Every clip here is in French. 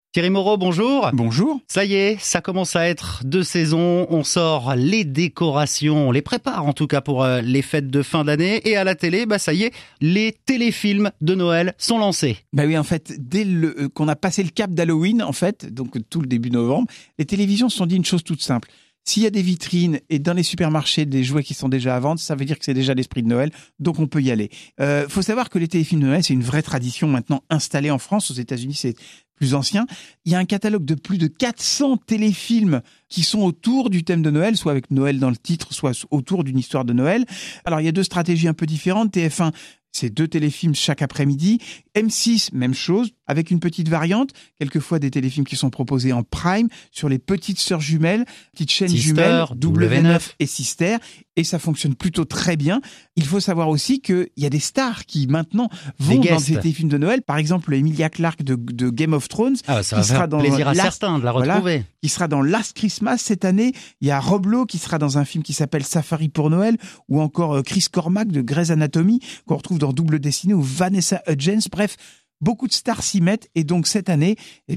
Thierry Moreau, bonjour. Bonjour. Ça y est, ça commence à être de saison. On sort les décorations, on les prépare en tout cas pour les fêtes de fin d'année. Et à la télé, ça y est, les téléfilms de Noël sont lancés. Oui, en fait, dès qu'on a passé le cap d'Halloween, en fait, donc tout le début novembre, les télévisions se sont dit une chose toute simple. S'il y a des vitrines et dans les supermarchés des jouets qui sont déjà à vendre, ça veut dire que c'est déjà l'esprit de Noël, donc on peut y aller. Faut savoir que les téléfilms de Noël, c'est une vraie tradition maintenant installée en France. Aux États-Unis, c'est plus ancien. Il y a un catalogue de plus de 400 téléfilms qui sont autour du thème de Noël, soit avec Noël dans le titre, soit autour d'une histoire de Noël. Alors, il y a deux stratégies un peu différentes. TF1, c'est 2 téléfilms chaque après-midi. M6, même chose, avec une petite variante. Quelquefois, des téléfilms qui sont proposés en prime sur les petites sœurs jumelles, petites chaînes jumelles, W9 et Sister. Et ça fonctionne plutôt très bien. Il faut savoir aussi qu'il y a des stars qui, maintenant, vont dans ces téléfilms de Noël. Par exemple, Emilia Clarke de Game of Thrones. Ah, ça va faire plaisir à certains de la retrouver. Voilà, qui sera dans Last Christmas cette année. Il y a Rob Lowe qui sera dans un film qui s'appelle Safari pour Noël. Ou encore Chris Cormack de Grey's Anatomy, qu'on retrouve dans Double Destinée, ou Vanessa Hudgens. Bref, beaucoup de stars s'y mettent. Et donc, cette année,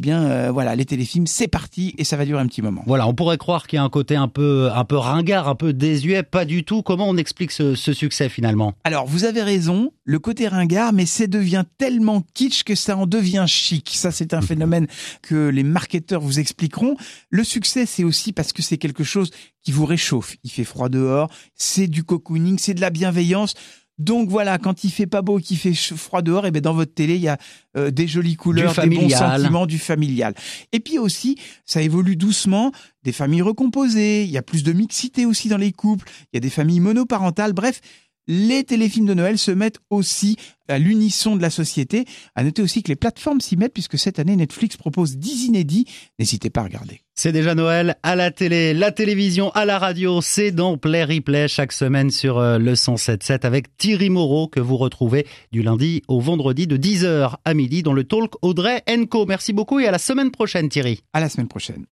les téléfilms, c'est parti et ça va durer un petit moment. Voilà, on pourrait croire qu'il y a un côté un peu ringard, un peu désuet. Pas du tout. Comment on explique ce succès finalement ? Alors, vous avez raison, le côté ringard, mais ça devient tellement kitsch que ça en devient chic. Ça, c'est un phénomène que les marketeurs vous expliqueront. Le succès, c'est aussi parce que c'est quelque chose qui vous réchauffe. Il fait froid dehors, c'est du cocooning, c'est de la bienveillance. Donc voilà, quand il fait pas beau, qu'il fait froid dehors, dans votre télé, il y a des jolies couleurs, des bons sentiments, du familial. Et puis aussi, ça évolue doucement, des familles recomposées, il y a plus de mixité aussi dans les couples, il y a des familles monoparentales, bref, les téléfilms de Noël se mettent aussi à l'unisson de la société. À noter aussi que les plateformes s'y mettent puisque cette année, Netflix propose 10 inédits. N'hésitez pas à regarder. C'est déjà Noël à la télé, la télévision, à la radio. C'est dans Play Replay chaque semaine sur le 107.7 avec Thierry Moreau que vous retrouvez du lundi au vendredi de 10h à midi dans le talk Audrey & Co. Merci beaucoup et à la semaine prochaine Thierry. À la semaine prochaine.